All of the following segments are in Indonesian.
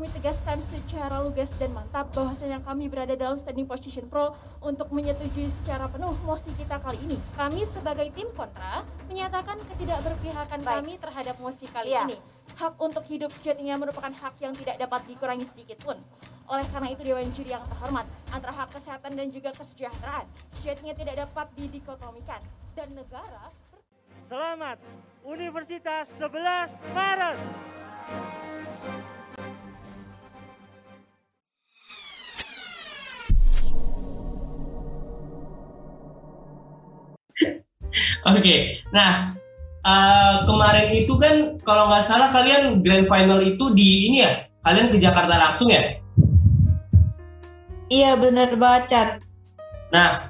kami tegaskan secara lugas dan mantap bahwasanya kami berada dalam standing position pro untuk menyetujui secara penuh mosi kita kali ini. Kami sebagai tim kontra menyatakan ketidakberpihakan kami terhadap mosi kali ini. Hak untuk hidup sejatinya merupakan hak yang tidak dapat dikurangi sedikit pun. Oleh karena itu Dewan Juri yang terhormat, antara hak kesehatan dan juga kesejahteraan sejatinya tidak dapat didikotomikan dan negara. Selamat Universitas 11 Maret. Oke, nah kemarin itu kan kalau nggak salah kalian grand final itu di ini ya, kalian ke Jakarta langsung ya? Iya benar banget, Chat. Nah,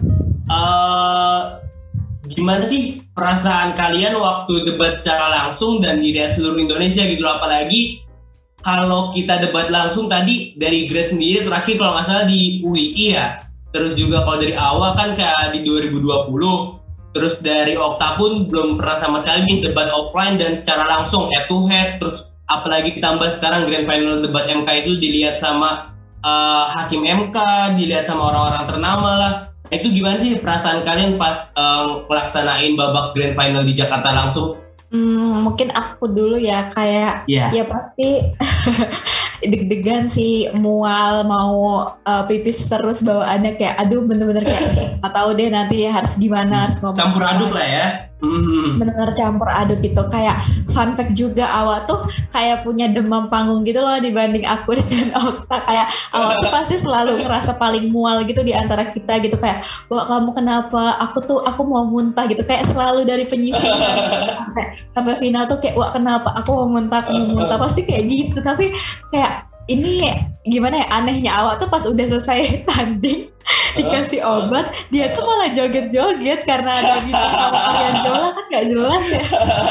gimana sih perasaan kalian waktu debat secara langsung dan dilihat seluruh Indonesia gitu loh, apalagi kalau kita debat langsung tadi dari Grace sendiri terakhir kalau nggak salah di UII ya, terus juga kalau dari awal kan kayak di 2020, terus dari Okta pun belum pernah sama sekali nih debat offline dan secara langsung head to head, terus apalagi ditambah sekarang grand final debat MK itu dilihat sama hakim MK, dilihat sama orang-orang ternama lah. Itu gimana sih perasaan kalian pas ngelaksanain babak grand final di Jakarta langsung? Mungkin aku dulu ya, kayak ya pasti deg-degan sih, mual, mau pipis terus bawaannya kayak aduh bener-bener kayak nggak tahu deh nanti harus gimana, harus ngomong campur aduk lah ya. Bener-bener campur aduk gitu. Kayak fun fact juga, Awa tuh kayak punya demam panggung gitu loh dibanding aku dan Okta. Kayak Awa tuh pasti selalu ngerasa paling mual gitu di antara kita gitu, kayak wah kamu kenapa, aku mau muntah gitu, kayak selalu dari penyisihan sampai final tuh kayak wah kenapa aku mau muntah pasti kayak gitu. Tapi kayak ini gimana ya, anehnya Awak tuh pas udah selesai tanding dikasih obat, dia tuh malah joget-joget karena ada bintang sama Aryan Jola, kan gak jelas ya.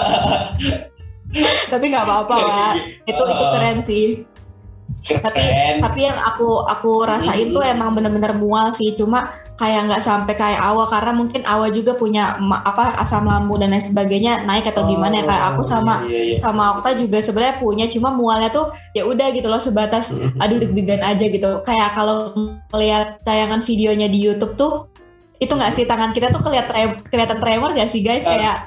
Tapi gak apa-apa Wak, itu keren sih. Tapi yang aku rasain tuh emang bener-bener mual sih, cuma kayak nggak sampai kayak Awa, karena mungkin Awa juga punya asam lambung dan lain sebagainya naik atau gimana ya, kayak aku sama Okta juga sebenarnya punya, cuma mualnya tuh ya udah gitu loh, sebatas aduh deg-degan aja gitu. Kayak kalau melihat tayangan videonya di YouTube tuh, itu nggak sih tangan kita tuh kelihatan tremor nggak sih guys, kayak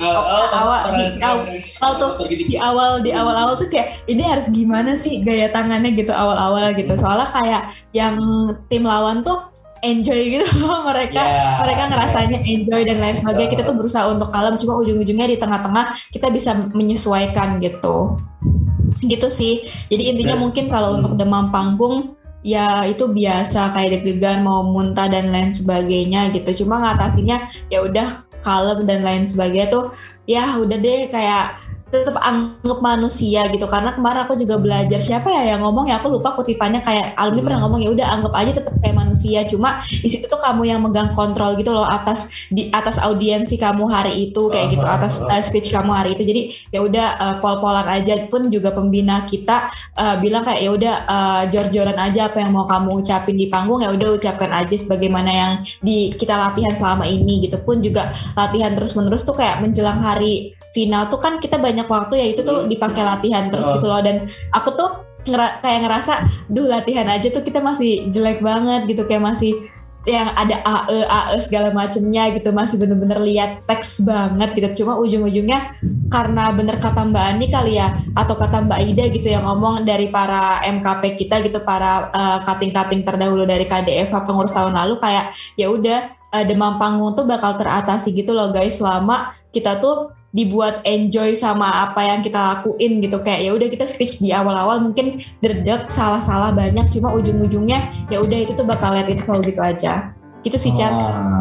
di awal tuh kayak ini harus gimana sih gaya tangannya gitu awal-awal gitu, soalnya kayak yang tim lawan tuh enjoy gitu loh, mereka ngerasanya enjoy dan lain sebagainya. Kita tuh berusaha untuk kalem, cuma ujung-ujungnya di tengah-tengah kita bisa menyesuaikan gitu sih. Jadi intinya mungkin kalau untuk demam panggung ya itu biasa, kayak deg-degan mau muntah dan lain sebagainya gitu. Cuma ngatasinnya ya udah kalem dan lain sebagainya tuh ya udah deh, kayak tetap anggap manusia gitu. Karena kemarin aku juga belajar, siapa ya yang ngomong ya, aku lupa kutipannya, kayak Almi pernah ngomong ya udah anggap aja tetap kayak manusia, cuma di situ tuh kamu yang megang kontrol gitu loh atas audiensi kamu hari itu, kayak gitu, atas speech kamu hari itu. Jadi ya udah pol-polan aja. Pun juga pembina kita bilang kayak ya udah jor-joran aja, apa yang mau kamu ucapin di panggung ya udah ucapkan aja sebagaimana yang kita latihan selama ini gitu. Pun juga latihan terus-menerus tuh, kayak menjelang hari final tuh kan kita banyak waktu ya, itu tuh dipakai latihan terus gitu loh. Dan aku tuh kayak ngerasa latihan aja tuh kita masih jelek banget gitu, kayak masih yang ada AE segala macemnya gitu, masih bener-bener lihat teks banget gitu. Cuma ujung-ujungnya karena bener kata Mbak Ani kali ya, atau kata Mbak Ida gitu yang ngomong dari para MKP kita gitu, para cutting terdahulu dari KDF pengurus tahun lalu, kayak ya udah demam panggung tuh bakal teratasi gitu loh guys, selama kita tuh dibuat enjoy sama apa yang kita lakuin gitu. Kayak ya udah kita speech di awal-awal mungkin derdek, salah-salah banyak, cuma ujung-ujungnya ya udah itu tuh bakal let it flow gitu aja. Gitu sih Chan.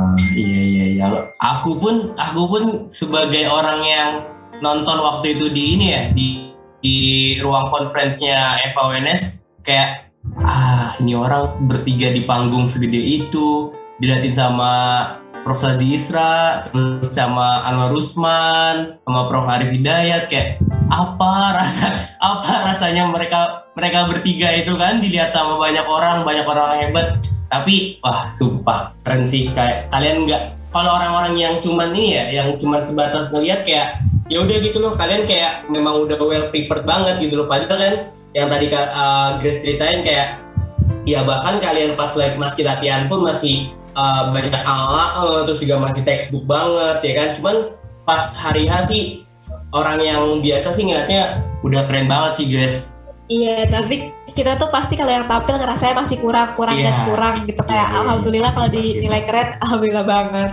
Iya. Aku pun sebagai orang yang nonton waktu itu di ini ya, di ruang conference-nya FAUNS, kayak ini orang bertiga di panggung segede itu, diliatin sama Prof. Sadi Isra, terus sama Anwar Rusman, sama Prof. Arif Hidayat, kayak apa rasanya mereka bertiga itu kan dilihat sama banyak orang hebat. Tapi wah sumpah keren sih, kayak kalian nggak, kalau orang-orang yang cuman ini ya, yang cuman sebatas ngelihat kayak ya udah gitu loh, kalian kayak memang udah well prepared banget gitu loh. Padahal kan yang tadi Grace ceritain kayak ya bahkan kalian pas masih latihan pun masih banyak terus juga masih textbook banget ya kan. Cuman pas hari H sih orang yang biasa sih ngeliatnya udah keren banget sih Grace. Iya, tapi kita tuh pasti kalau yang tampil ngerasanya masih kurang dan kurang gitu. Kayak alhamdulillah kalau dinilai keren, alhamdulillah banget.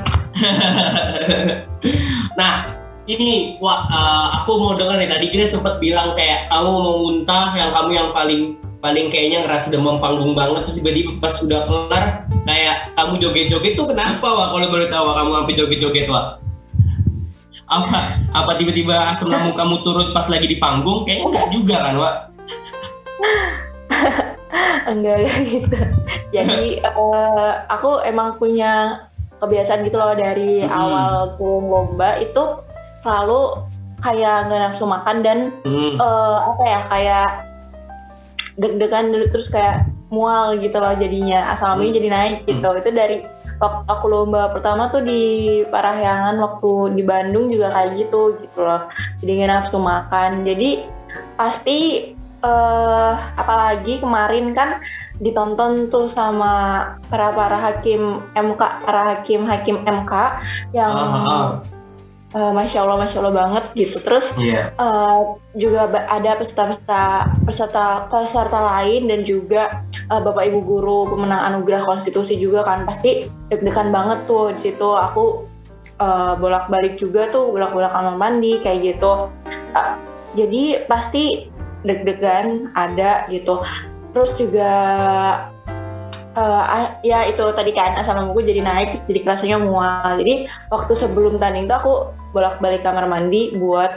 Nah, ini aku mau dengar nih, tadi Grace sempat bilang kayak kamu mau muntah, yang kamu yang paling kayaknya ngerasa demam panggung banget, terus tiba-tiba pas udah kelar kayak kamu joget-joget tuh kenapa kalau boleh tahu kamu sampai joget-joget apa tiba-tiba asam lambung kamu turun pas lagi di panggung? Kayaknya enggak juga kan Enggak gitu. Jadi aku emang punya kebiasaan gitu loh dari awal turun lomba itu selalu kayak nggak nafsu makan dan kayak deg-degan terus kayak mual gitu loh jadinya, asam lambungnya jadi naik gitu. Itu dari waktu aku lomba pertama tuh di Parahyangan waktu di Bandung juga kayak gitu loh, jadi nggak nafsu makan. Jadi pasti apalagi kemarin kan ditonton tuh sama para hakim hakim MK yang Masya Allah banget gitu. Terus juga ada peserta lain dan juga Bapak Ibu guru pemenang anugerah konstitusi juga kan, pasti deg-degan banget tuh di situ. Aku bolak-balik kamar mandi kayak gitu. Jadi pasti deg-degan ada gitu. Terus juga ya itu tadi kan asam lambungku jadi naik, terus jadi rasanya mual. Jadi waktu sebelum tanding tuh aku bolak-balik kamar mandi buat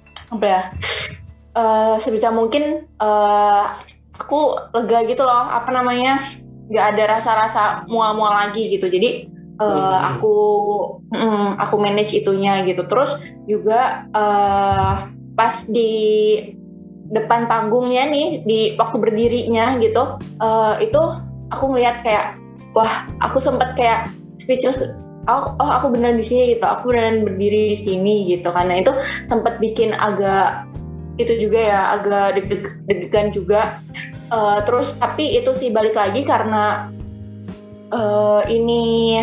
sebisa mungkin aku lega gitu loh, nggak ada rasa-rasa mual-mual lagi gitu. Jadi aku manage itunya gitu. Terus juga pas di depan panggungnya nih, di waktu berdirinya gitu, itu aku ngeliat kayak aku sempet kayak speechless. Aku beneran di sini gitu, aku beneran berdiri di sini gitu. Karena itu sempet bikin agak deg-degan juga. Terus tapi itu sih balik lagi karena ini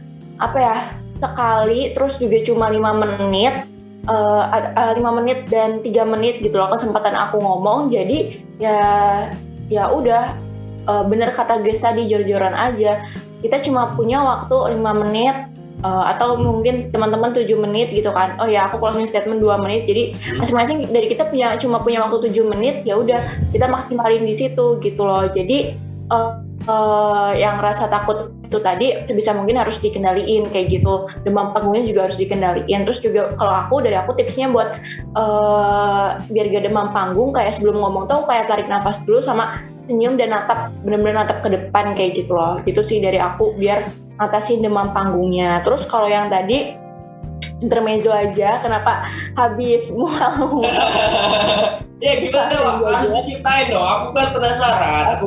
sekali, terus juga cuma 5 menit. 5 menit dan 3 menit gitu loh kesempatan aku ngomong. Jadi ya udah, bener kata Grace tadi, jor-joran aja. Kita cuma punya waktu 5 menit atau mungkin teman-teman 7 menit gitu kan. Oh ya, aku closing statement 2 menit. Jadi masing-masing dari kita cuma punya waktu 7 menit. Ya udah, kita maksimalin di situ gitu loh. Jadi yang rasa takut itu tadi sebisa mungkin harus dikendaliin kayak gitu. Demam panggungnya juga harus dikendaliin. Terus juga dari aku tipsnya buat biar gak demam panggung, kayak sebelum ngomong tuh kayak tarik nafas dulu sama senyum dan benar-benar natap ke depan kayak gitu loh. Itu sih dari aku biar ngatasin demam panggungnya. Terus kalau yang tadi intermezzo aja, kenapa habis mual? Ya gimana harus diceritain dong, aku kan penasaran.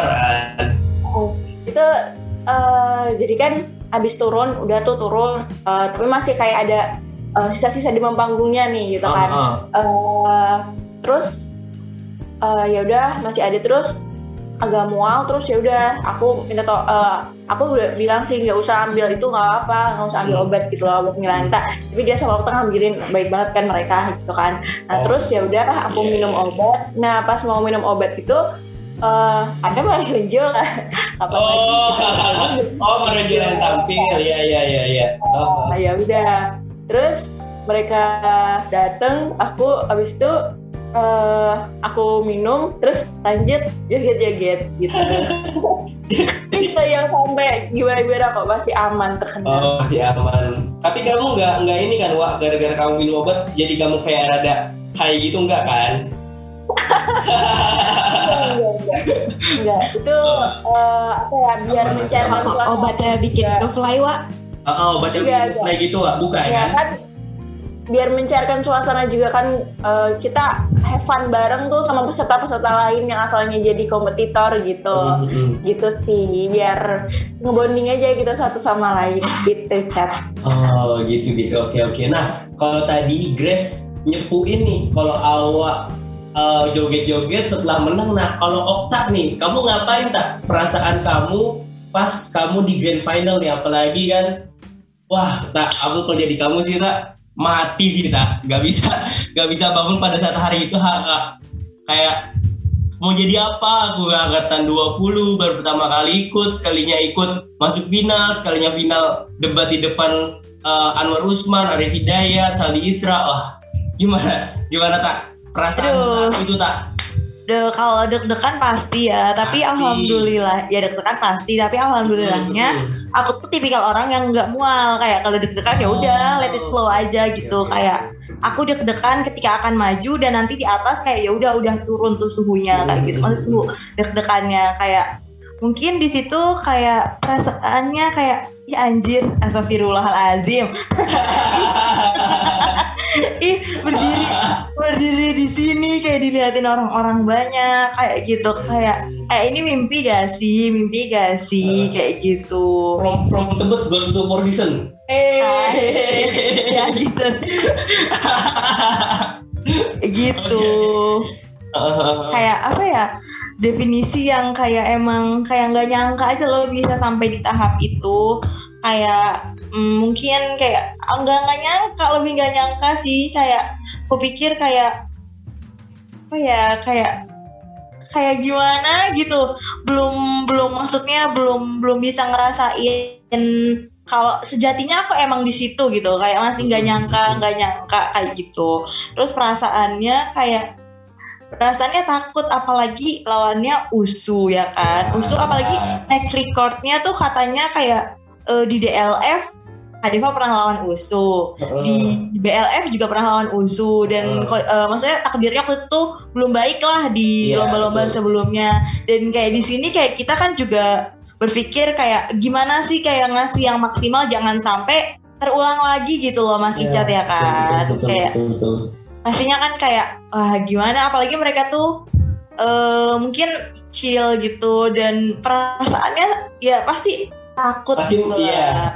Itu jadi kan habis turun, tapi masih kayak ada sisa-sisa demam panggungnya nih gitu kan. Terus ya udah masih ada, terus agak mual. Terus ya udah aku minta aku udah bilang sih nggak usah ambil itu, nggak usah ambil obat gitu loh, obat Milanta. Tapi dia sama waktu ngambilin, baik banget kan mereka gitu kan. Nah terus ya udah aku minum obat. Nah pas mau minum obat itu ada menonjol menonjol yang tampil, ya. Ya udah, terus mereka datang, aku abis itu aku minum, terus lanjut joget-joget gitu. Itu yang sampai gimana kok masih aman, terkendali. Masih aman. Tapi kamu nggak ini kan, gara-gara kamu minum obat jadi kamu kayak rada high gitu, enggak kan? Enggak, itu biar mencairkan suasana. Obatnya bikin ngefly, obatnya bikin ngefly gitu, bukan kan? Biar mencairkan suasana juga kan, kita have fun bareng tuh sama peserta-peserta lain yang asalnya jadi kompetitor gitu. Gitu sih, biar ngebonding aja gitu satu sama lain gitu, Chat. Oh gitu, oke. Nah kalau tadi Grace nyepuin nih, kalau joget-joget setelah menang. Nah kalau Okta nih, kamu ngapain tak? Perasaan kamu pas kamu di grand final nih, apalagi kan, wah tak, aku kalau jadi kamu sih tak mati sih tak, nggak bisa bangun pada saat hari itu. Kayak mau jadi apa, aku angkatan 20 baru pertama kali ikut, sekalinya ikut masuk final, sekalinya final debat di depan Anwar Usman, Arif Hidayat, Saldi Isra. Wah gimana tak perasaan saat itu tak? Kalau deg-degan pasti ya, tapi pasti. Alhamdulillah ya deg-degan pasti, tapi alhamdulillahnya aku tuh tipikal orang yang nggak mual. Kayak kalau deg-degan ya udah let it flow aja gitu. Kayak aku deg-degan ketika akan maju dan nanti di atas kayak ya udah turun tuh suhunya kayak gitu. Maksud suhu deg-degannya kayak mungkin di situ kayak perasaannya kayak ya anjir, astagfirullahalazim. Ih, berdiri di sini kayak dilihatin orang-orang banyak kayak gitu, kayak ini mimpi gak sih kayak gitu. From Tebet goes to Four Seasons. Ya gitu. Gitu. Kayak apa ya? Definisi yang kayak emang kayak nggak nyangka aja lo bisa sampai di tahap itu. Kayak mungkin kayak nggak nyangka, lebih nggak nyangka sih. Kayak aku pikir kayak apa ya, kayak gimana gitu, belum maksudnya belum bisa ngerasain kalau sejatinya aku emang di situ gitu, kayak masih nggak nyangka kayak gitu. Terus perasaannya takut, apalagi lawannya USU ya kan. USU apalagi next recordnya tuh katanya kayak di DLF Hadifah pernah lawan USU, di BLF juga pernah lawan USU, dan maksudnya takdirnya waktu itu belum baik lah di lomba-lomba sebelumnya. Dan kayak di sini kayak kita kan juga berpikir kayak gimana sih kayak ngasih yang maksimal, jangan sampai terulang lagi gitu loh Mas Icat ya kan. Betul. Pastinya kan kayak gimana, apalagi mereka tuh mungkin chill gitu, dan perasaannya ya pasti takut gitu lah.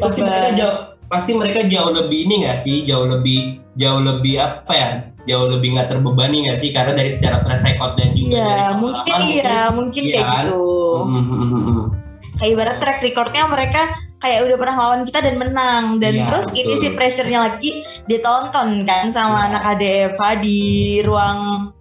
Pasti mereka jauh lebih ini nggak sih, jauh lebih apa ya, jauh lebih nggak terbebani nggak sih, karena dari secara track record dan juga dari mungkin kayak gitu. Kayak ibarat track recordnya mereka kayak udah pernah lawan kita dan menang, dan terus betul. Ini sih pressure-nya lagi ditonton kan sama anak ADFA di ruang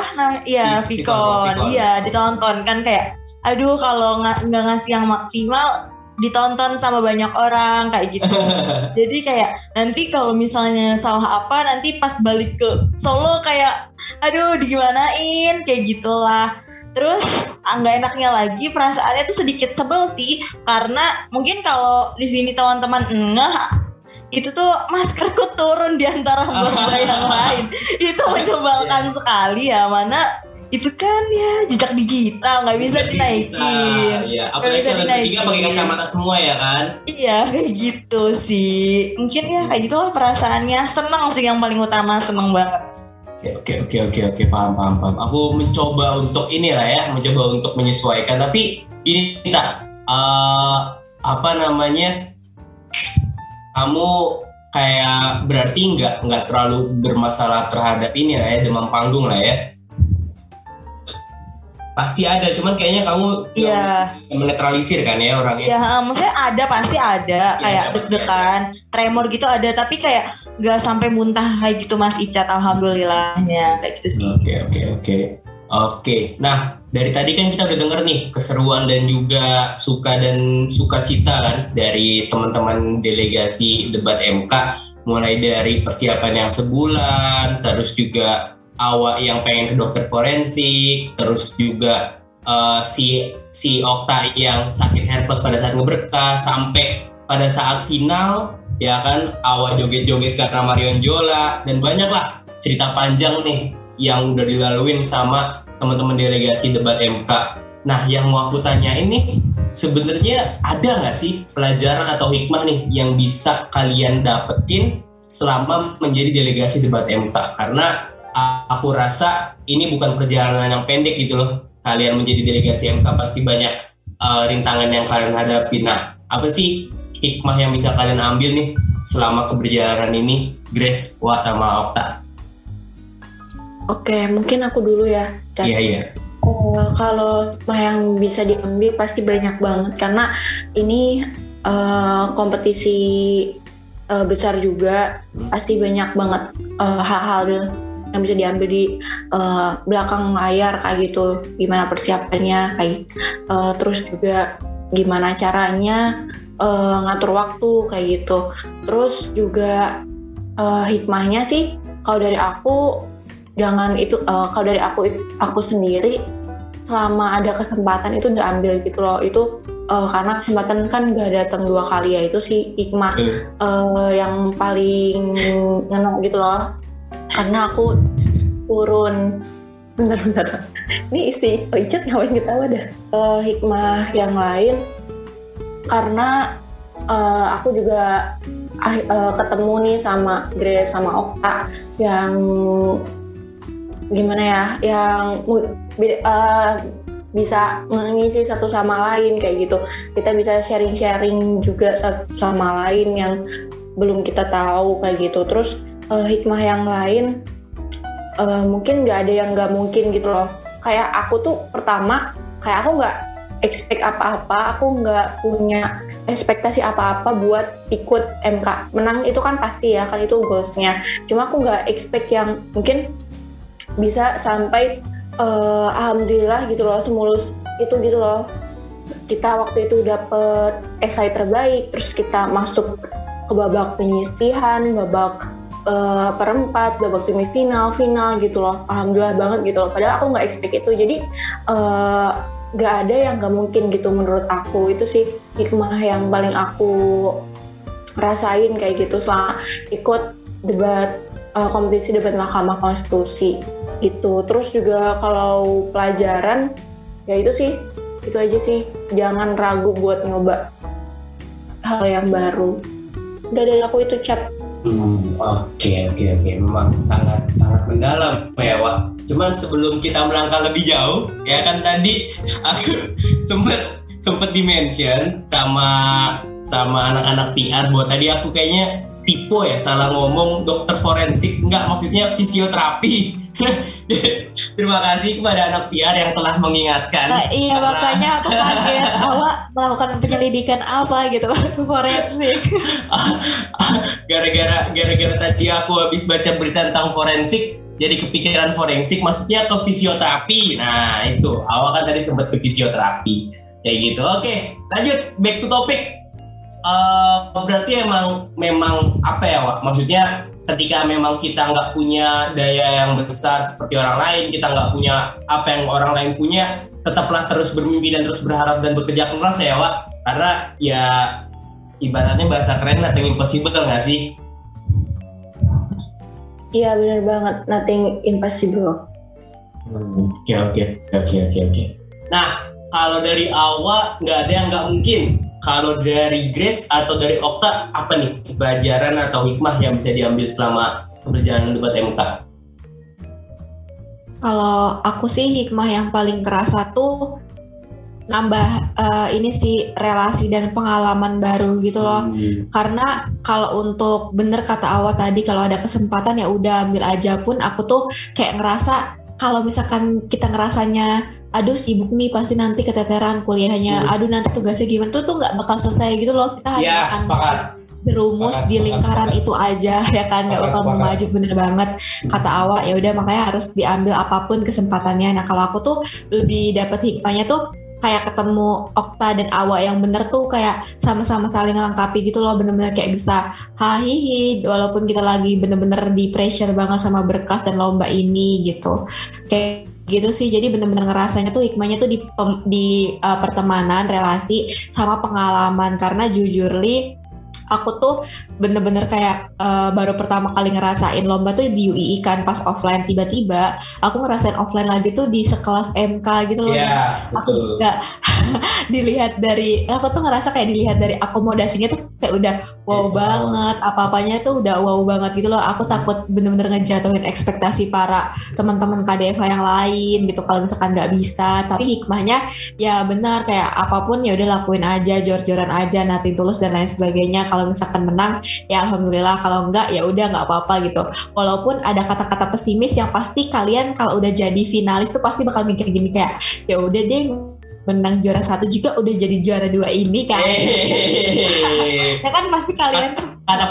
Vicon. Iya, ditonton kan kayak aduh kalau nggak ngasih yang maksimal ditonton sama banyak orang kayak gitu. Jadi kayak nanti kalau misalnya salah apa, nanti pas balik ke Solo kayak aduh digimanain kayak gitulah. Terus nggak enaknya lagi perasaannya tuh sedikit sebel sih, karena mungkin kalau di sini teman-teman itu tuh maskerku turun di antara beberapa yang lain. Itu menyebalkan sekali ya, mana itu kan ya jejak digital nggak bisa dinaikin. Iya, apalagi kalau bertiga pakai kacamata semua ya kan. Iya kayak gitu sih. Mungkin ya kayak gitulah perasaannya. Seneng sih yang paling utama, seneng banget. Oke, paham. Aku mencoba untuk mencoba untuk menyesuaikan. Tapi ini kita kamu kayak berarti nggak terlalu bermasalah terhadap ini lah ya, demam panggung lah ya. Pasti ada, cuman kayaknya kamu menetralisir kan ya orangnya. Iya, maksudnya pasti ada kayak deg-degan, tremor gitu ada, tapi kayak nggak sampai muntah kayak gitu Mas Icat, alhamdulillahnya kayak gitu sih. Oke. Nah, dari tadi kan kita udah denger nih keseruan dan juga sukacita kan dari teman-teman delegasi debat MK, mulai dari persiapan yang sebulan, terus juga awak yang pengen ke dokter forensik, terus juga si Okta yang sakit herpes pada saat ngeberkas, sampai pada saat final ya kan awak joget-joget karena Marion Jola, dan banyak lah cerita panjang nih yang udah dilaluin sama teman-teman delegasi debat MK. Nah, yang mau aku tanya ini sebenarnya ada nggak sih pelajaran atau hikmah nih yang bisa kalian dapetin selama menjadi delegasi debat MK? Karena aku rasa ini bukan perjalanan yang pendek gitu loh. Kalian menjadi delegasi MK pasti banyak rintangan yang kalian hadapi. Nah, apa sih hikmah yang bisa kalian ambil nih selama keberjalanan ini, Grace, Wata, sama Okta? Oke, mungkin aku dulu ya. Iya. Kalau yang bisa diambil pasti banyak banget karena ini kompetisi besar juga, pasti banyak banget hal-hal yang bisa diambil di belakang layar kayak gitu, gimana persiapannya kayak terus juga gimana caranya ngatur waktu kayak gitu. Terus juga hikmahnya sih kalau dari aku kalau dari aku sendiri selama ada kesempatan itu udah ambil gitu loh. Itu karena kesempatan kan gak datang 2 kali ya, itu sih hikmah yang paling ngena gitu loh. Karena aku turun bentar ini isi Oicet ngapain ketawa dah. Hikmah yang lain karena aku juga ketemu nih sama Grace sama Okta yang gimana ya, yang bisa mengisi satu sama lain kayak gitu. Kita bisa sharing juga satu sama lain yang belum kita tahu kayak gitu. Terus hikmah yang lain mungkin nggak ada yang nggak mungkin gitu loh. Kayak aku tuh pertama kayak aku nggak expect apa-apa, aku nggak punya ekspektasi apa-apa buat ikut MK. Menang itu kan pasti ya, kan itu goalsnya. Cuma aku nggak expect yang mungkin bisa sampai alhamdulillah gitu loh, semulus itu gitu loh. Kita waktu itu dapet esai terbaik, terus kita masuk ke babak penyisihan, babak perempat, babak semifinal, final gitu loh. Alhamdulillah banget gitu loh. Padahal aku nggak expect itu. Jadi nggak ada yang nggak mungkin gitu menurut aku. Itu sih hikmah yang paling aku rasain kayak gitu selama ikut kompetisi debat Mahkamah Konstitusi gitu. Terus juga kalau pelajaran ya itu aja sih, jangan ragu buat nyoba hal yang baru. Udah dari aku itu, Cat. Oke. Memang sangat mendalam ya, Wak. Cuman sebelum kita melangkah lebih jauh, ya kan tadi aku sempet di-mention sama anak-anak PR bahwa tadi aku kayaknya tipe ya, salah ngomong dokter forensik, enggak, maksudnya fisioterapi. Terima kasih kepada anak PR yang telah mengingatkan. Iya, makanya aku kaget awak melakukan penyelidikan apa gitu waktu forensik. Gara-gara tadi aku habis baca berita tentang forensik, jadi kepikiran forensik, maksudnya ke fisioterapi. Nah itu, awak kan tadi sempat ke fisioterapi kayak gitu. Oke, lanjut, back to topic. Berarti memang apa ya, Wak? Maksudnya ketika memang kita nggak punya daya yang besar seperti orang lain, kita nggak punya apa yang orang lain punya, tetaplah terus bermimpi dan terus berharap dan bekerja keras ya, Wak. Karena ya ibaratnya bahasa keren, nothing impossible nggak sih? Iya, benar banget, nothing impossible. Oke. Nah, kalau dari awal nggak ada yang nggak mungkin. Kalau dari Grace atau dari Okta, apa nih pelajaran atau hikmah yang bisa diambil selama perjalanan debat MK? Kalau aku sih hikmah yang paling kerasa tuh nambah ini sih relasi dan pengalaman baru gitu loh. Karena kalau untuk bener kata Awa tadi, kalau ada kesempatan ya udah ambil aja, pun aku tuh kayak ngerasa kalau misalkan kita ngerasanya aduh sibuk nih, pasti nanti keteteran kuliahnya, aduh nanti tugasnya gimana, tuh nggak bakal selesai gitu loh. Kita hanya akan berumus di lingkaran itu aja ya kan, nggak bakal maju. Bener banget kata Awa, ya udah makanya harus diambil apapun kesempatannya. Nah kalau aku tuh lebih dapat hikmahnya tuh kayak ketemu Okta dan Awa yang bener tuh kayak sama-sama saling melengkapi gitu loh, bener-bener kayak bisa hahihi walaupun kita lagi bener-bener di pressure banget sama berkas dan lomba ini gitu, kayak gitu sih. Jadi bener-bener ngerasanya tuh hikmahnya tuh di pertemanan, relasi, sama pengalaman. Karena jujur li aku tuh bener-bener kayak baru pertama kali ngerasain lomba tuh di UII kan, pas offline. Tiba-tiba aku ngerasain offline lagi tuh di sekelas MK gitu loh. Aku juga aku tuh ngerasa kayak dilihat dari akomodasinya tuh kayak udah wow banget, apa-apanya tuh udah wow banget gitu loh. Aku takut bener-bener ngejatuhin ekspektasi para teman-teman KDFA yang lain gitu kalau misalkan nggak bisa. Tapi hikmahnya ya benar, kayak apapun ya udah lakuin aja, jor-joran aja, nothing tulus dan lain sebagainya. Kalau kalau misalkan menang ya alhamdulillah, kalau enggak ya udah nggak apa-apa gitu. Walaupun ada kata-kata pesimis yang pasti kalian kalau udah jadi finalis tuh pasti bakal mikir gini kayak ya udah deh menang juara 1 juga udah jadi juara 2 ini kan. Ya kan pasti kalian tuh kata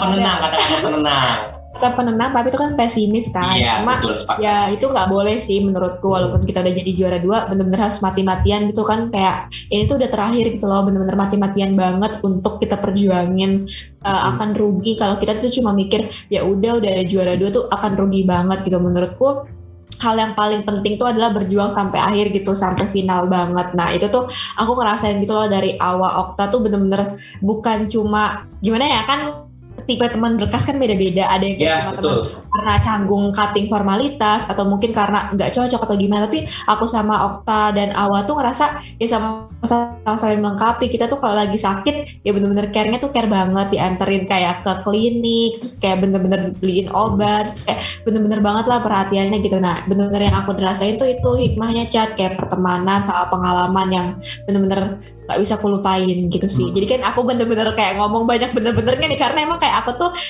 penenang tapi itu kan pesimis kan. Iya, cuma betul, ya itu nggak boleh sih menurutku, walaupun kita udah jadi juara 2 bener-bener harus mati-matian gitu kan, kayak ini tuh udah terakhir gitu loh, bener-bener mati-matian banget untuk kita perjuangin. Akan rugi kalau kita tuh cuma mikir ya udah ada juara 2 tuh akan rugi banget gitu. Menurutku hal yang paling penting tuh adalah berjuang sampai akhir gitu, sampai final banget. Nah itu tuh aku ngerasain gitu loh dari awal Okta tuh bener-bener bukan cuma gimana ya kan, tipe teman berkas kan beda-beda, ada yang kayak cuma teman karena canggung cutting formalitas atau mungkin karena nggak cocok atau gimana, tapi aku sama Okta dan Awa tuh ngerasa ya sama saling melengkapi. Kita tuh kalau lagi sakit ya bener-bener care-nya tuh care banget, dianterin kayak ke klinik, terus kayak bener-bener beliin obat, terus kayak bener-bener banget lah perhatiannya gitu. Nah bener-bener yang aku dirasain tuh itu hikmahnya Chat, kayak pertemanan sama pengalaman yang bener-bener gak bisa aku lupain gitu sih. Jadi kan aku bener-bener kayak ngomong banyak bener-benernya nih karena emang kayak aku tuh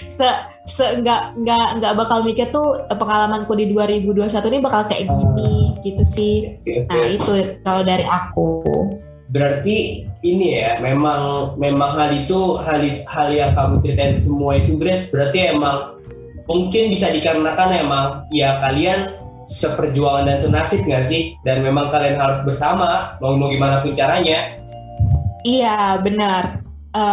nggak bakal mikir tuh pengalamanku di 2021 ini bakal kayak gini gitu sih. Nah itu kalau dari aku. Berarti ini ya memang hal itu hal yang kamu ceritain semua itu Grace, berarti emang mungkin bisa dikarenakan emang ya kalian seperjuangan dan senasib nggak sih, dan memang kalian harus bersama mau gimana pun caranya. Iya benar.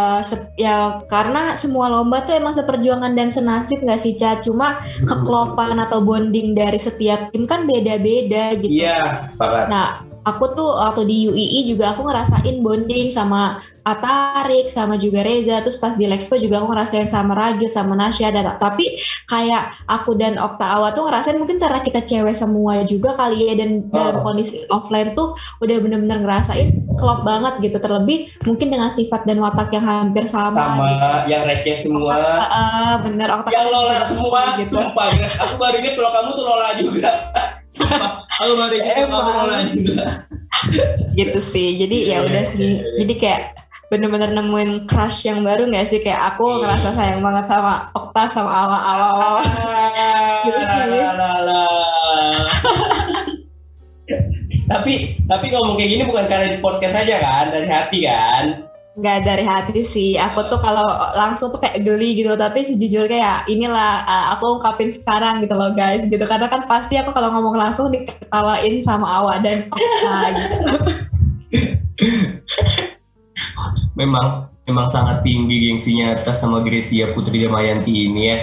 Ya karena semua lomba tuh emang seperjuangan dan senasib nggak sih Ca? Cuma keklopan atau bonding dari setiap tim kan beda-beda gitu. Iya, sepakat. Nah aku tuh waktu di UII juga aku ngerasain bonding sama Atarik sama juga Reza, terus pas di Lexpo juga aku ngerasain sama Ragil sama Nasya. Tapi kayak aku dan Okta Awa tuh ngerasain mungkin karena kita cewek semua juga kali ya, dan dalam kondisi offline tuh udah bener-bener ngerasain klop banget gitu, terlebih mungkin dengan sifat dan watak yang hampir sama gitu. Yang receh semua. Bener Okta yang lola semua gitu. Sumpah aku baru inget kalau kamu tuh lola juga. Sumpah aku baru inget kalau kamu lola juga gitu sih. Jadi ya udah sih, jadi kayak bener-bener nemuin crush yang baru nggak sih, kayak aku ngerasa sayang banget sama Okta sama Awa gitu sih. Tapi ngomong kayak gini bukan karena di podcast aja kan, dari hati kan? Nggak dari hati sih, aku tuh kalau langsung tuh kayak geli gitu, tapi sejujurnya ya inilah aku ungkapin sekarang gitu loh guys gitu, karena kan pasti aku kalau ngomong langsung diketawain sama Awa dan Okta gitu. Memang sangat tinggi gengsinya atas sama Gracia Putri Damayanti ini ya.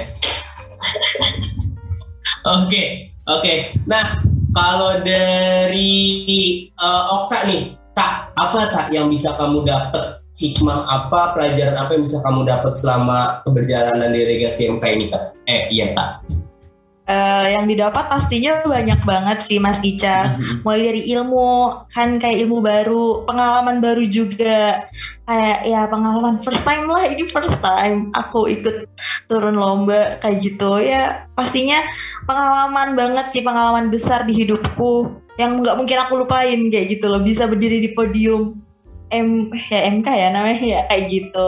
Oke. Nah, kalau dari Okta nih, apa yang bisa kamu dapat, hikmah apa, pelajaran apa yang bisa kamu dapat selama keberjalanan delegasi MK ini Kak? Iya Tak. Yang didapat pastinya banyak banget sih Mas Ica. Mulai dari ilmu, kan kayak ilmu baru, pengalaman baru juga. Kayak ya pengalaman first time lah, ini first time aku ikut turun lomba kayak gitu. Ya pastinya pengalaman banget sih, pengalaman besar di hidupku yang nggak mungkin aku lupain kayak gitu loh. Bisa berdiri di podium MK ya namanya ya kayak gitu.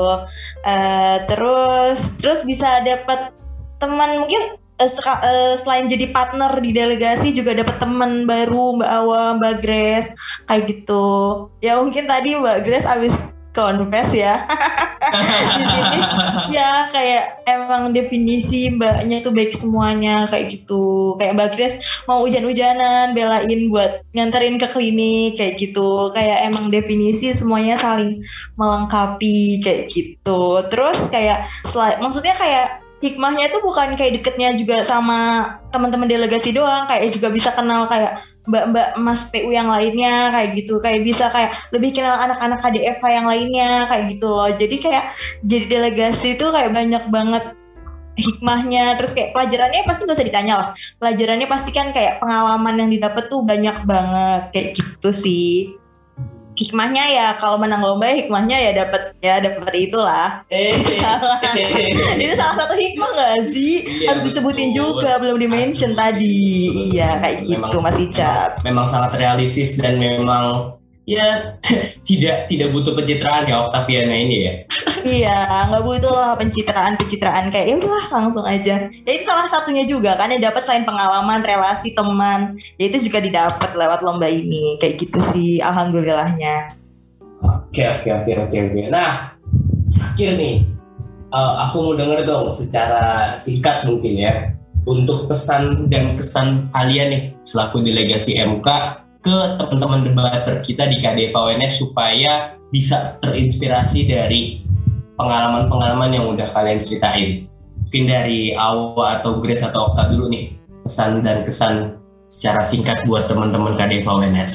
Terus bisa dapat teman, mungkin selain jadi partner di delegasi juga dapat teman baru, Mbak Awa, Mbak Grace kayak gitu. Ya mungkin tadi Mbak Grace abis confess ya. Di sini ya kayak emang definisi mbaknya tuh baik semuanya kayak gitu. Kayak Mbak Grace mau hujan-hujanan belain buat nganterin ke klinik kayak gitu. Kayak emang definisi semuanya saling melengkapi kayak gitu. Terus kayak maksudnya kayak hikmahnya itu bukan kayak deketnya juga sama teman-teman delegasi doang, kayak juga bisa kenal kayak mbak-mbak Mas PU yang lainnya kayak gitu, kayak bisa kayak lebih kenal anak-anak KDFH yang lainnya kayak gitu loh. Jadi kayak jadi delegasi itu kayak banyak banget hikmahnya. Terus kayak pelajarannya pasti gak usah ditanya lah, pelajarannya pasti kan kayak pengalaman yang didapat tuh banyak banget kayak gitu sih. Hikmahnya ya kalau menang lomba hikmahnya ya dapat itulah. Itu salah satu hikmah nggak sih? Harus disebutin juga, belum di-mention tadi. Iya kayak gitu Mas Ica. Memang sangat realistis dan memang ya tidak butuh pencitraan ya Octaviana ini ya. Iya, nggak butuh lah pencitraan kayak ya udahlah langsung aja. Ya itu salah satunya juga kan yang dapat selain pengalaman, relasi, teman, ya itu juga didapat lewat lomba ini kayak gitu sih, alhamdulillahnya. Oke. Nah, terakhir nih, aku mau denger dong secara singkat mungkin ya, untuk pesan dan kesan kalian nih selaku delegasi MK ke teman-teman debater kita di KDFA UNS supaya bisa terinspirasi dari pengalaman-pengalaman yang udah kalian ceritain. Mungkin dari Awa atau Grace atau Okta dulu nih, pesan dan kesan secara singkat buat teman-teman KDFA UNS.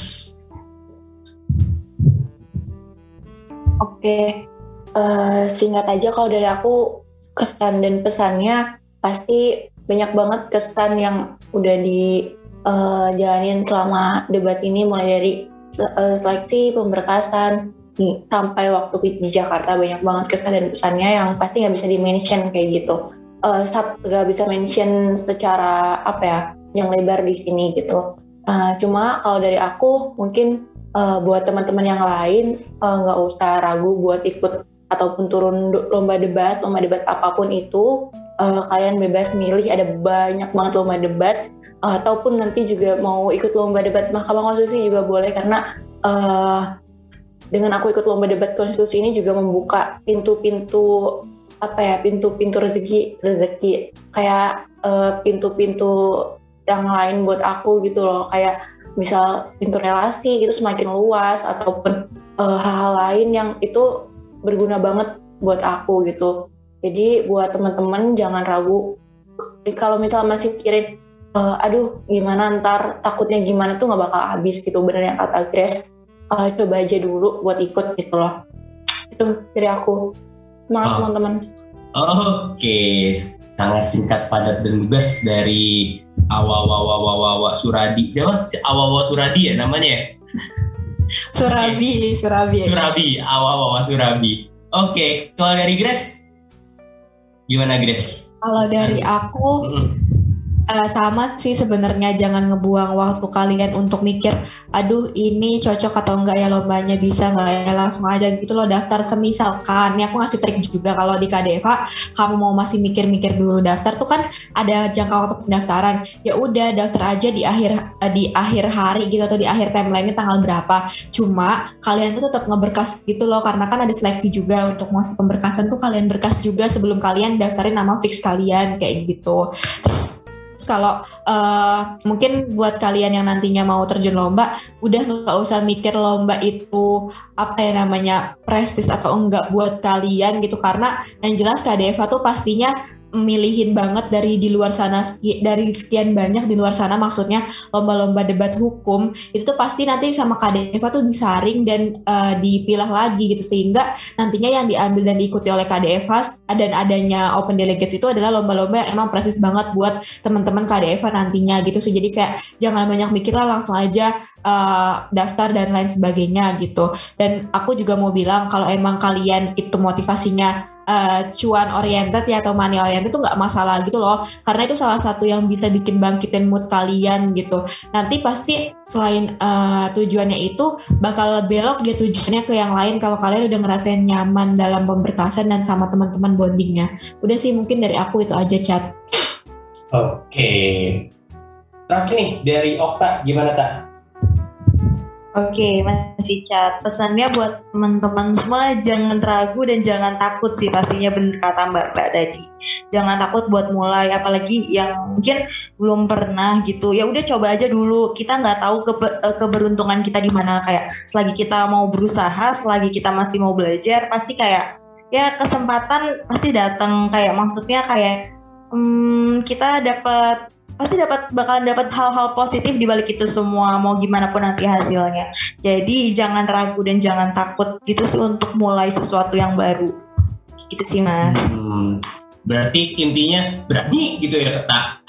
Oke, singkat aja kalau dari aku, kesan dan pesannya pasti banyak banget kesan yang udah dijalanin selama debat ini, mulai dari seleksi, pemberkasan, sampai waktu di Jakarta. Banyak banget kesan dan pesannya yang pasti nggak bisa di-mention kayak gitu. Nggak bisa mention secara yang lebar di sini gitu. Cuma kalau dari aku mungkin buat teman-teman yang lain nggak usah ragu buat ikut ataupun turun lomba debat apapun itu. Kalian bebas milih, ada banyak banget lomba debat, ataupun nanti juga mau ikut lomba debat Mahkamah Konstitusi juga boleh, karena dengan aku ikut lomba debat konstitusi ini juga membuka pintu-pintu rezeki kayak pintu-pintu yang lain buat aku gitu loh, kayak misal pintu relasi gitu semakin luas, ataupun hal-hal lain yang itu berguna banget buat aku gitu. Jadi buat teman-teman jangan ragu, kalau misal masih mikirin aduh gimana ntar, takutnya gimana tuh nggak bakal habis gitu, bener yang kata Grace. Coba aja dulu buat ikut gitu loh. Itu dari aku. Semangat teman-teman. Oke, sangat singkat, padat, dan lugas dari Awa Suradi. Siapa? Awa Suradi ya namanya? Surabi. Awa Surabi. Oke, kalau dari Grace, gimana Grace? Kalau dari aku sama sih sebenarnya, jangan ngebuang waktu kalian untuk mikir aduh ini cocok atau enggak ya lombanya, bisa enggak ya, langsung aja gitu loh daftar. Semisalkan ya aku ngasih trik juga, kalau di KDFA kamu mau masih mikir-mikir dulu daftar tuh kan ada jangka waktu pendaftaran, ya udah daftar aja di akhir hari gitu, atau di akhir timeline-nya tanggal berapa. Cuma kalian tuh tetap ngeberkas gitu loh, karena kan ada seleksi juga untuk masuk pemberkasan tuh, kalian berkas juga sebelum kalian daftarin nama fix kalian kayak gitu. Kalau mungkin buat kalian yang nantinya mau terjun lomba, udah nggak usah mikir lomba itu prestis atau enggak buat kalian gitu, karena yang jelas KDFA tuh pastinya milihin banget dari di luar sana, dari sekian banyak di luar sana, maksudnya lomba-lomba debat hukum itu tuh pasti nanti sama KDFA tuh disaring dan dipilah lagi gitu, sehingga nantinya yang diambil dan diikuti oleh KDFA dan adanya open delegates itu adalah lomba-lomba yang emang presis banget buat teman-teman KDFA nantinya gitu sih. Jadi kayak jangan banyak mikir lah, langsung aja daftar dan lain sebagainya gitu. Dan aku juga mau bilang kalau emang kalian itu motivasinya cuan oriented ya atau money oriented tuh nggak masalah gitu loh, karena itu salah satu yang bisa bikin bangkitin mood kalian gitu. Nanti pasti selain tujuannya itu bakal belok dia tujuannya ke yang lain kalau kalian udah ngerasain nyaman dalam pemberkasan dan sama teman-teman bondingnya. Udah sih mungkin dari aku itu aja, Chat. Oke. Terakhir nih dari Okta, gimana Tak? Oke, masih Chat. Pesannya buat teman-teman semua, jangan ragu dan jangan takut sih, pastinya bener kata Mbak tadi. Jangan takut buat mulai, apalagi yang mungkin belum pernah gitu. Ya udah coba aja dulu. Kita nggak tahu keberuntungan kita di mana. Kayak selagi kita mau berusaha, selagi kita masih mau belajar, pasti kayak ya kesempatan pasti datang. Kayak maksudnya kayak kita bakalan dapat hal-hal positif di balik itu semua, mau gimana pun nanti hasilnya. Jadi jangan ragu dan jangan takut gitu sih untuk mulai sesuatu yang baru. Gitu sih Mas. Berarti intinya berani gitu ya Kak?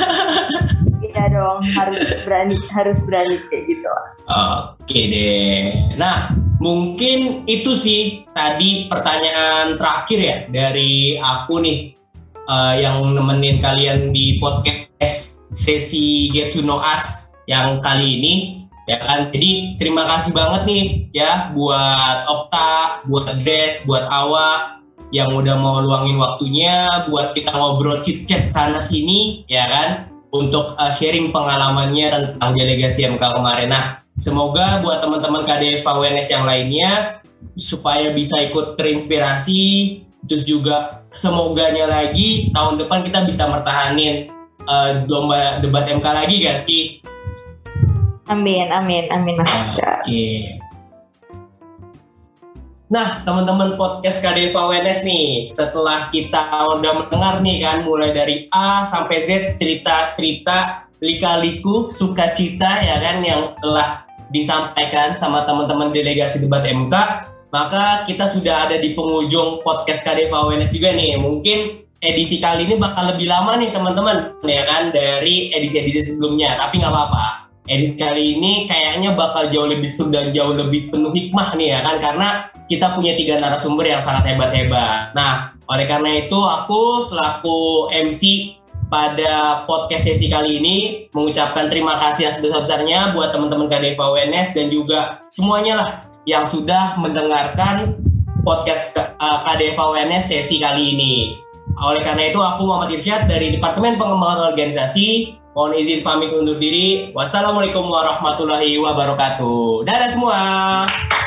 Iya dong, harus berani kayak gitu. Oke deh. Nah, mungkin itu sih tadi pertanyaan terakhir ya dari aku nih. Yang nemenin kalian di podcast sesi Get to Know Us yang kali ini ya kan. Jadi terima kasih banget nih ya buat Okta, buat Grace, buat Awa yang udah mau luangin waktunya buat kita ngobrol chit-chat sana sini ya kan, untuk sharing pengalamannya tentang delegasi MK kemarin. Nah, semoga buat teman-teman KDF UNS yang lainnya supaya bisa ikut terinspirasi, terus juga semoganya lagi tahun depan kita bisa mertahanin lomba debat MK lagi guys. Amin Mas Fajar. Oke. Nah, teman-teman podcast KDF UNS nih, setelah kita udah mendengar nih kan mulai dari A sampai Z cerita-cerita lika-liku sukacita ya kan yang telah disampaikan sama teman-teman delegasi debat MK, maka kita sudah ada di penghujung podcast KDF UNS juga nih. Mungkin edisi kali ini bakal lebih lama nih teman-teman ya kan dari edisi-edisi sebelumnya, tapi nggak apa-apa. Edisi kali ini kayaknya bakal jauh lebih seru dan jauh lebih penuh hikmah nih ya kan, karena kita punya 3 narasumber yang sangat hebat-hebat. Nah, oleh karena itu aku selaku MC pada podcast sesi kali ini mengucapkan terima kasih yang sebesar-besarnya buat teman-teman KDF UNS dan juga semuanya lah yang sudah mendengarkan podcast KDF UNS sesi kali ini. Oleh karena itu aku Muhammad Irsyad dari Departemen Pengembangan Organisasi mohon izin pamit undur diri. Wassalamualaikum warahmatullahi wabarakatuh. Dadah semua.